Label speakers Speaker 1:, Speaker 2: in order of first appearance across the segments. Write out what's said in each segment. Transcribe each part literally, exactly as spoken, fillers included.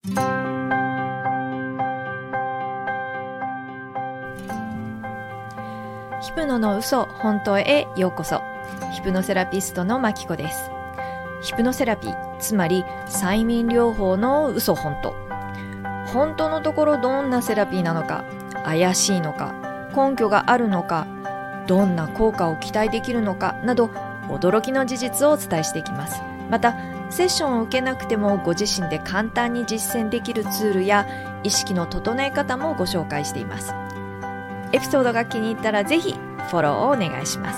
Speaker 1: ヒプノの嘘本当へようこそ。ヒプノセラピストのまきこです。ヒプノセラピー、つまり催眠療法の嘘本当。本当のところどんなセラピーなのか、怪しいのか、根拠があるのか、どんな効果を期待できるのかなど、驚きの事実をお伝えしていきます。またセッションを受けなくてもご自身で簡単に実践できるツールや意識の整え方もご紹介しています。エピソードが気に入ったらぜひフォローをお願いします。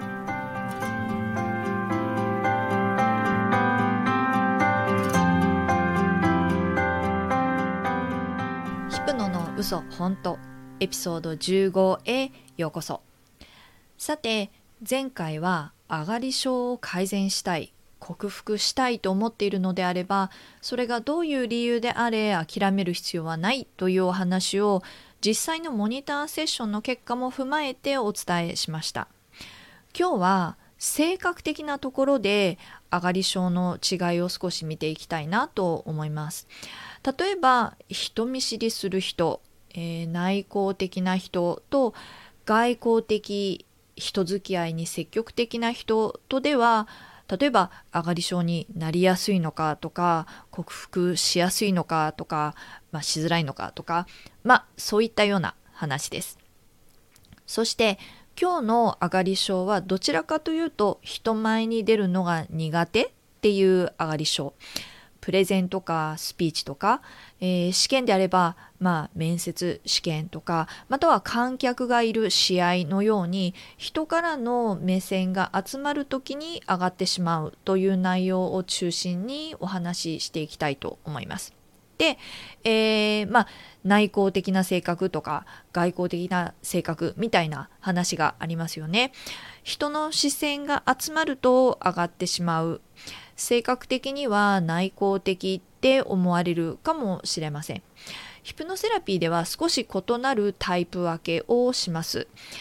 Speaker 1: ヒプノの嘘本当エピソードじゅうごへようこそ。さて、前回は上がり症を改善したい、克服したいと思っているのであれば、それがどういう理由であれ諦める必要はないというお話を実際のモニターセッションの結果も踏まえてお伝えしました。今日は性格的なところで上がり症の違いを少し見ていきたいなと思います。例えば人見知りする人、えー、内向的な人と外向的、人付き合いに積極的な人とでは、例えば上がり症になりやすいのかとか、克服しやすいのかとか、まあ、しづらいのかとか、まあそういったような話です。そして今日の上がり症はどちらかというと人前に出るのが苦手っていう上がり症。プレゼンとかスピーチとか、えー、試験であれば、まあ、面接試験とか、または観客がいる試合のように人からの目線が集まるときに上がってしまうという内容を中心にお話ししていきたいと思います。で、えーまあ、内向的な性格とか外向的な性格みたいな話がありますよね。人の視線が集まると上がってしまう。性格的には内向的って思われるかもしれません。ヒプノセラピーでは少し異なるタイプ分けをします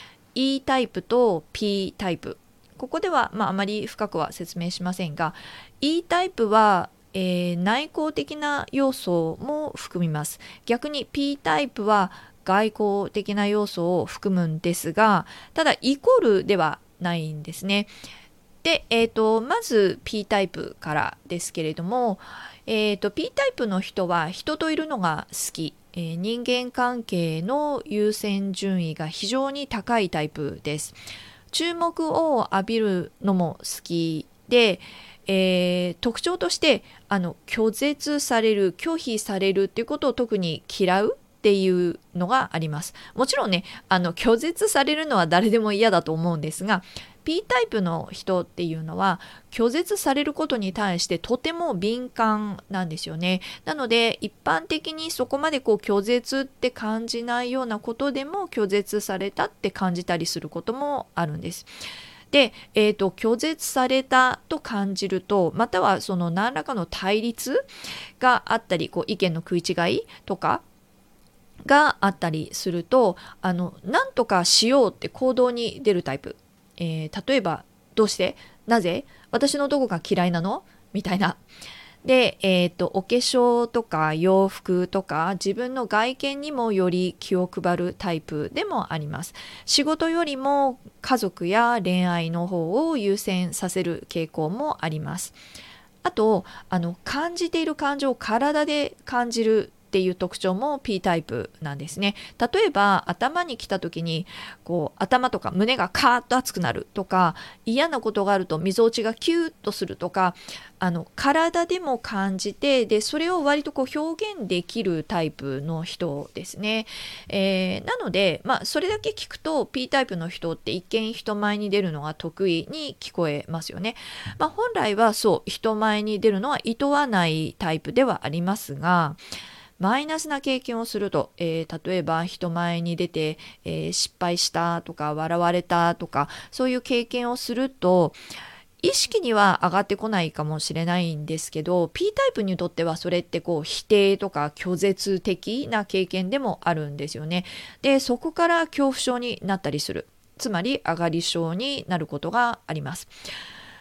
Speaker 1: 。E タイプと P タイプ。ここでは、まあ、あまり深くは説明しませんが、E タイプはえー、内向的な要素も含みます。逆に P タイプは外向的な要素を含むんですが、ただイコールではないんですね。で、えーと、まず P タイプからですけれども、えーと、P タイプの人は人といるのが好き、えー、人間関係の優先順位が非常に高いタイプです。注目を浴びるのも好きで、えー、特徴としてあの拒絶される、拒否されるっていうことを特に嫌うっていうのがあります。もちろんね、あの拒絶されるのは誰でも嫌だと思うんですが、 P タイプの人っていうのは拒絶されることに対してとても敏感なんですよね。なので一般的にそこまでこう拒絶って感じないようなことでも拒絶されたって感じたりすることもあるんです。で、えーと、拒絶されたと感じると、またはその何らかの対立があったり、こう意見の食い違いとかがあったりすると、あの何とかしようって行動に出るタイプ。えー、例えば、どうして？なぜ？私のどこが嫌いなの？みたいな。で、えーと、お化粧とか洋服とか自分の外見にもより気を配るタイプでもあります。仕事よりも家族や恋愛の方を優先させる傾向もあります。あと、あの感じている感情を体で感じるっていう特徴も P タイプなんですね。例えば頭に来た時にこう頭とか胸がカーッと熱くなるとか、嫌なことがあると溝落ちがキューッとするとか、あの体でも感じて、でそれを割とこう表現できるタイプの人ですね。えー、なので、まあ、それだけ聞くと P タイプの人って一見人前に出るのが得意に聞こえますよね。まあ、本来はそう人前に出るのは厭わないタイプではありますが、マイナスな経験をすると、えー、例えば人前に出て、えー、失敗したとか笑われたとか、そういう経験をすると意識には上がってこないかもしれないんですけど、 P タイプにとってはそれってこう否定とか拒絶的な経験でもあるんですよね。でそこから恐怖症になったりする、つまり上がり症になることがあります。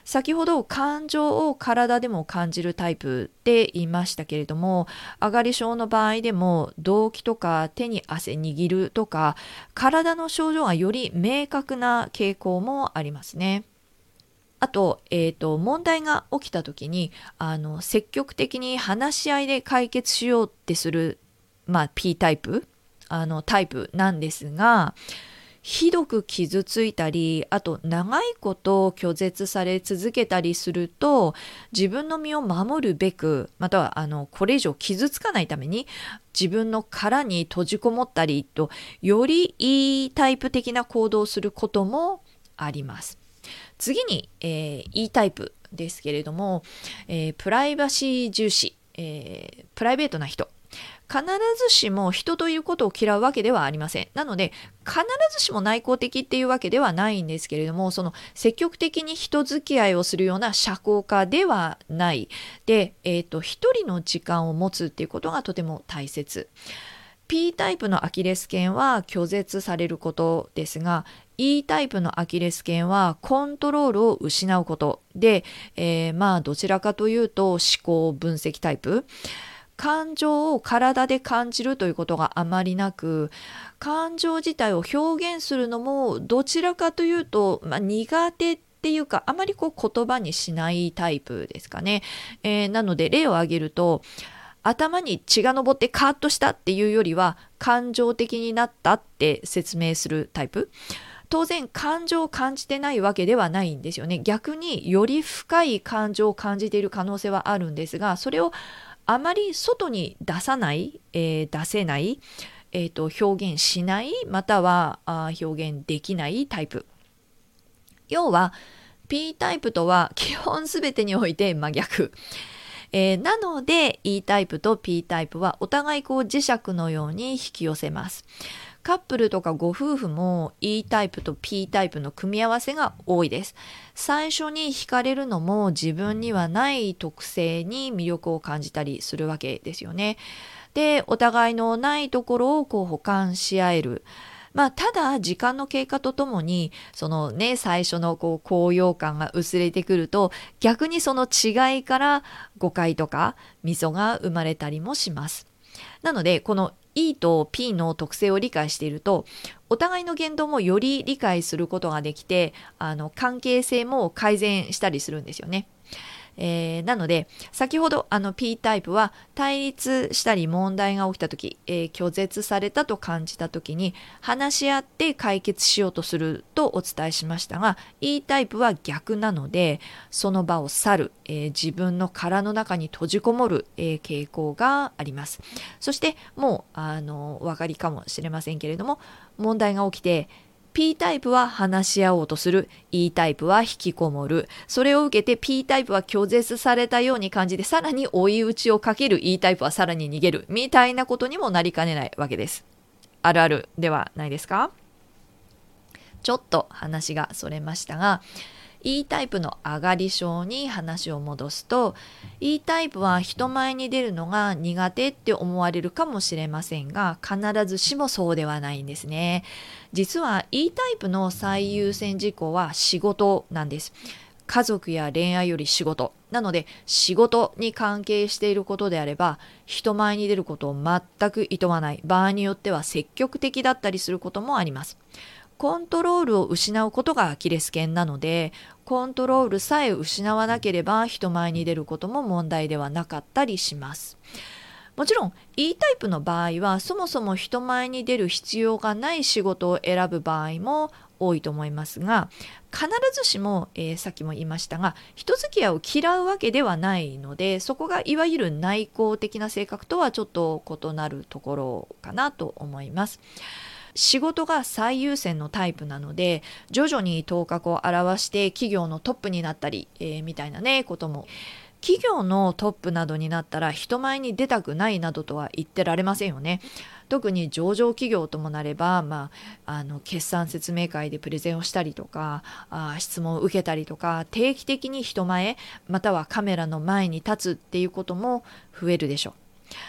Speaker 1: 先ほど感情を体でも感じるタイプって言いましたけれども、上がり症の場合でも動悸とか手に汗握るとか体の症状がより明確な傾向もありますね。あと、えーと、問題が起きた時にあの積極的に話し合いで解決しようってする、まあ、P タイプあのタイプなんですが、ひどく傷ついたり、あと長いこと拒絶され続けたりすると、自分の身を守るべく、またはあのこれ以上傷つかないために自分の殻に閉じこもったりと、よりいいタイプ的な行動をすることもあります。次に、えー、E タイプですけれども、えー、プライバシー重視、えー、プライベートな人、必ずしも人といることを嫌うわけではありません。なので必ずしも内向的っていうわけではないんですけれども、その積極的に人付き合いをするような社交家ではないで、えーと、一人の時間を持つっていうことがとても大切。P タイプのアキレス腱は拒絶されることですが、E タイプのアキレス腱はコントロールを失うことで、えー、まあどちらかというと思考分析タイプ。感情を体で感じるということがあまりなく、感情自体を表現するのもどちらかというと、まあ、苦手っていうか、あまりこう言葉にしないタイプですかね。えー、なので例を挙げると、頭に血が上ってカーッとしたっていうよりは感情的になったって説明するタイプ。当然感情を感じてないわけではないんですよね。逆により深い感情を感じている可能性はあるんですが、それをあまり外に出さない、えー、出せない、えーと、表現しない、またはあ表現できないタイプ。要は P タイプとは基本すべてにおいて真逆。えー、なので E タイプと P タイプはお互いこう磁石のように引き寄せます。カップルとかご夫婦も E タイプと P タイプの組み合わせが多いです。最初に惹かれるのも自分にはない特性に魅力を感じたりするわけですよね。で、お互いのないところをこう補完し合える。まあ、ただ時間の経過とともにそのね最初のこう高揚感が薄れてくると、逆にその違いから誤解とか溝が生まれたりもします。なのでこの E と P の特性を理解していると、お互いの言動もより理解することができて、あの関係性も改善したりするんですよね。えー、なので先ほどあの P タイプは対立したり問題が起きた時、えー、拒絶されたと感じた時に話し合って解決しようとするとお伝えしましたが、 E タイプは逆なのでその場を去る、えー、自分の殻の中に閉じこもる、えー、傾向があります。そしてもうあのお分かりかもしれませんけれども、問題が起きてP タイプは話し合おうとする、E タイプは引きこもる。それを受けて P タイプは拒絶されたように感じて、さらに追い打ちをかける E タイプはさらに逃げるみたいなことにもなりかねないわけです。あるあるではないですか？ちょっと話がそれましたが、E タイプの上がり症に話を戻すと、 E タイプは人前に出るのが苦手って思われるかもしれませんが、必ずしもそうではないんですね。実は E タイプの最優先事項は仕事なんです。家族や恋愛より仕事なので、仕事に関係していることであれば人前に出ることを全く厭わない、場合によっては積極的だったりすることもあります。コントロールを失うことがアキレス腱なので、コントロールさえ失わなければ人前に出ることも問題ではなかったりします。もちろん E タイプの場合はそもそも人前に出る必要がない仕事を選ぶ場合も多いと思いますが、必ずしも、えー、さっきも言いましたが人付き合いを嫌うわけではないので、そこがいわゆる内向的な性格とはちょっと異なるところかなと思います。仕事が最優先のタイプなので、徐々に頭角を現して企業のトップになったり、えー、みたいなねことも、企業のトップなどになったら人前に出たくないなどとは言ってられませんよね。特に上場企業ともなれば、まあ、あの決算説明会でプレゼンをしたりとか、あ質問を受けたりとか、定期的に人前またはカメラの前に立つっていうことも増えるでしょう。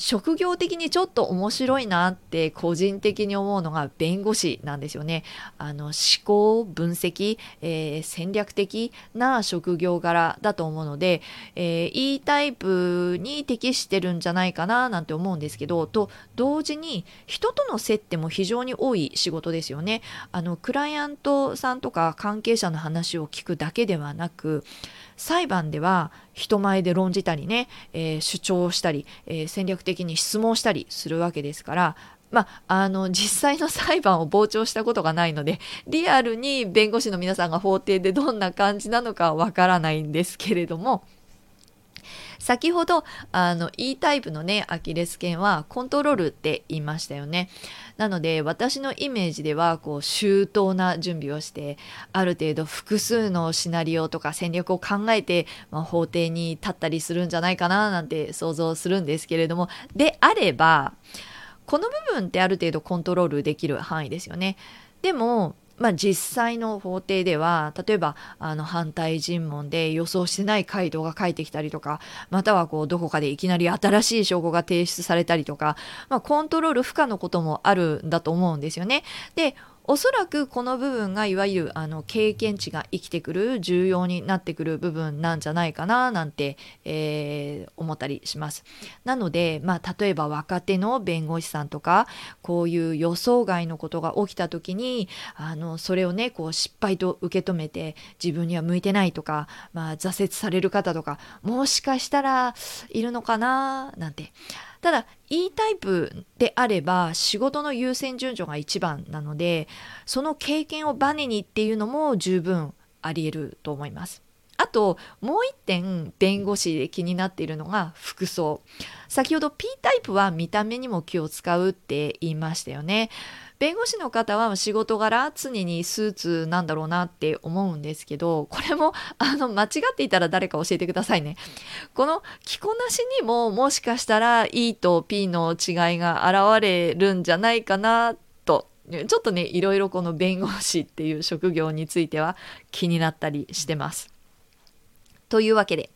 Speaker 1: 職業的にちょっと面白いなって個人的に思うのが弁護士なんですよね。あの思考分析、えー戦略的な職業柄だと思うので、えー E タイプに適してるんじゃないかななんて思うんですけど、と同時に人との接点も非常に多い仕事ですよね。あのクライアントさんとか関係者の話を聞くだけではなく、裁判では人前で論じたりね、えー主張したり、えー戦略的に質問したりするわけですから、まあ、あの実際の裁判を傍聴したことがないので、リアルに弁護士の皆さんが法廷でどんな感じなのかわからないんですけれども、先ほどあの E タイプのねアキレス腱はコントロールって言いましたよね。なので私のイメージではこう周到な準備をして、ある程度複数のシナリオとか戦略を考えて、まあ、法廷に立ったりするんじゃないかななんて想像するんですけれども、であればこの部分ってある程度コントロールできる範囲ですよね。でもまあ、実際の法廷では例えばあの反対尋問で予想してない回答が返ってきたりとか、またはこうどこかでいきなり新しい証拠が提出されたりとか、まあ、コントロール不可のこともあるんだと思うんですよね。でおそらくこの部分がいわゆるあの経験値が生きてくる重要になってくる部分なんじゃないかななんて、えー思ったりします。なので、まあ、例えば若手の弁護士さんとかこういう予想外のことが起きた時にあのそれをねこう失敗と受け止めて自分には向いてないとか、まあ、挫折される方とかもしかしたらいるのかななんて。ただ E タイプであれば仕事の優先順序が一番なので、その経験をバネにっていうのも十分あり得ると思います。あともう一点弁護士で気になっているのが服装。先ほど P タイプは見た目にも気を使うって言いましたよね。弁護士の方は仕事柄常にスーツなんだろうなって思うんですけど、これもあの間違っていたら誰か教えてくださいね。この着こなしにももしかしたら E と P の違いが現れるんじゃないかなと、ちょっとねいろいろこの弁護士っていう職業については気になったりしてます。というわけで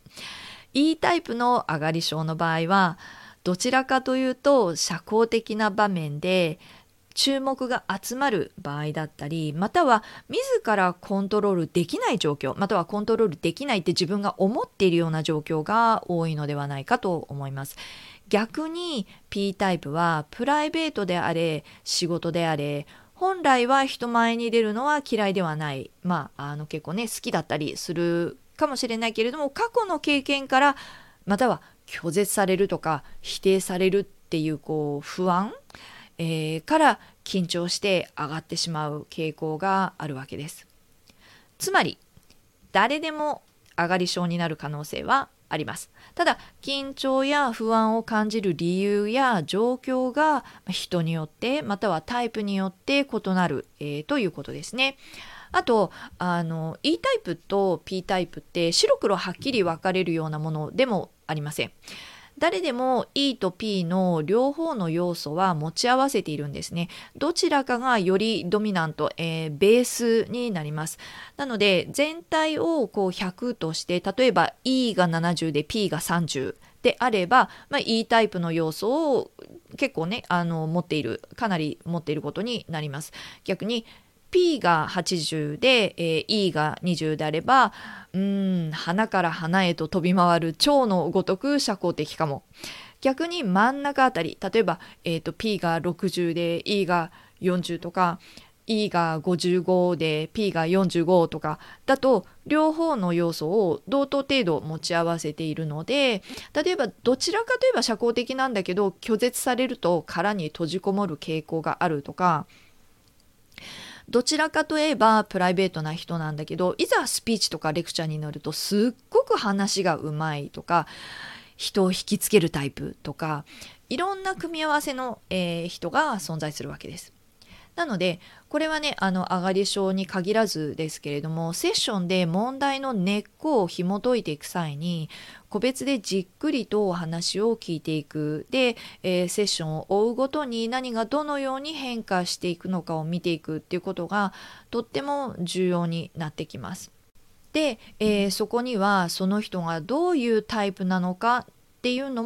Speaker 1: E タイプの上がり症の場合はどちらかというと社交的な場面で注目が集まる場合だったり、または自らコントロールできない状況、またはコントロールできないって自分が思っているような状況が多いのではないかと思います。逆に P タイプはプライベートであれ仕事であれ本来は人前に出るのは嫌いではない、まあ、あの結構ね好きだったりするかもしれないけれども、過去の経験からまたは拒絶されるとか否定されるっていうこう不安、えーから緊張して上がってしまう傾向があるわけです。つまり誰でも上がり症になる可能性はあります。ただ緊張や不安を感じる理由や状況が人によってまたはタイプによって異なる、えーということですね。あとあの E タイプと P タイプって白黒はっきり分かれるようなものでもありません。誰でも E と P の両方の要素は持ち合わせているんですね。どちらかがよりドミナント、えーベースになります。なので全体をこうひゃくとして、例えば E がななじゅうで P がさんじゅうであれば、まあ、E タイプの要素を結構ねあの持っている、かなり持っていることになります。逆にP がはちじゅうで、えー E がにじゅうであれば、うーん花から花へと飛び回る蝶のごとく社交的かも。逆に真ん中あたり、例えば、えーと P がろくじゅうで E がよんじゅうとか E がごじゅうごで P がよんじゅうごとかだと両方の要素を同等程度持ち合わせているので、例えばどちらかといえば社交的なんだけど拒絶されると殻に閉じこもる傾向があるとか、どちらかといえばプライベートな人なんだけどいざスピーチとかレクチャーになるとすっごく話がうまいとか、人を引きつけるタイプとか、いろんな組み合わせの、えー人が存在するわけです。なのでこれはねあの上がり症に限らずですけれども、セッションで問題の根っこを紐解いていく際に個別でじっくりとお話を聞いていくで、えーセッションを追うごとに何がどのように変化していくのかを見ていくっていうことがとっても重要になってきます。で、えーそこにはその人がどういうタイプなのかっていうのも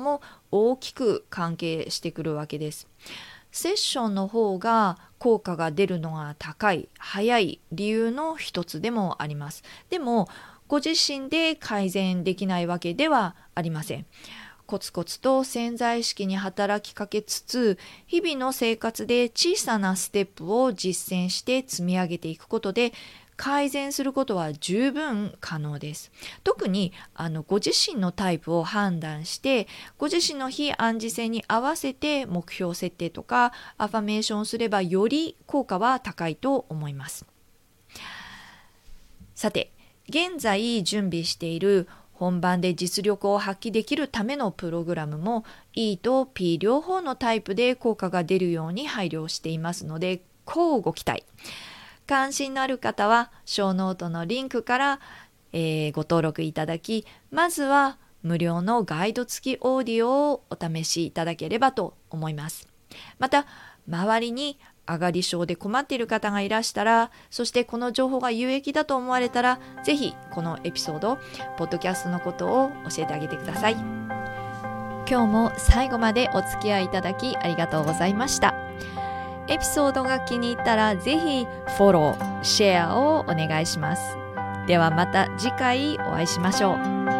Speaker 1: 大きく関係してくるわけです。セッションの方が効果が出るのが高い、早い理由の一つでもあります。でも、ご自身で改善できないわけではありません。コツコツと潜在意識に働きかけつつ、日々の生活で小さなステップを実践して積み上げていくことで、改善することは十分可能です。特にあのご自身のタイプを判断して、ご自身の非暗示性に合わせて目標設定とかアファメーションをすれば、より効果は高いと思います。さて、現在準備している本番で実力を発揮できるためのプログラムも E と P 両方のタイプで効果が出るように配慮していますので、乞うご期待。関心のある方はショーノートのリンクから、えー、ご登録いただき、まずは無料のガイド付きオーディオをお試しいただければと思います。また、周りに上がり症で困っている方がいらしたら、そしてこの情報が有益だと思われたら、ぜひこのエピソード、ポッドキャストのことを教えてあげてください。今日も最後までお付き合いいただきありがとうございました。エピソードが気に入ったら、ぜひフォロー、シェアをお願いします。ではまた次回お会いしましょう。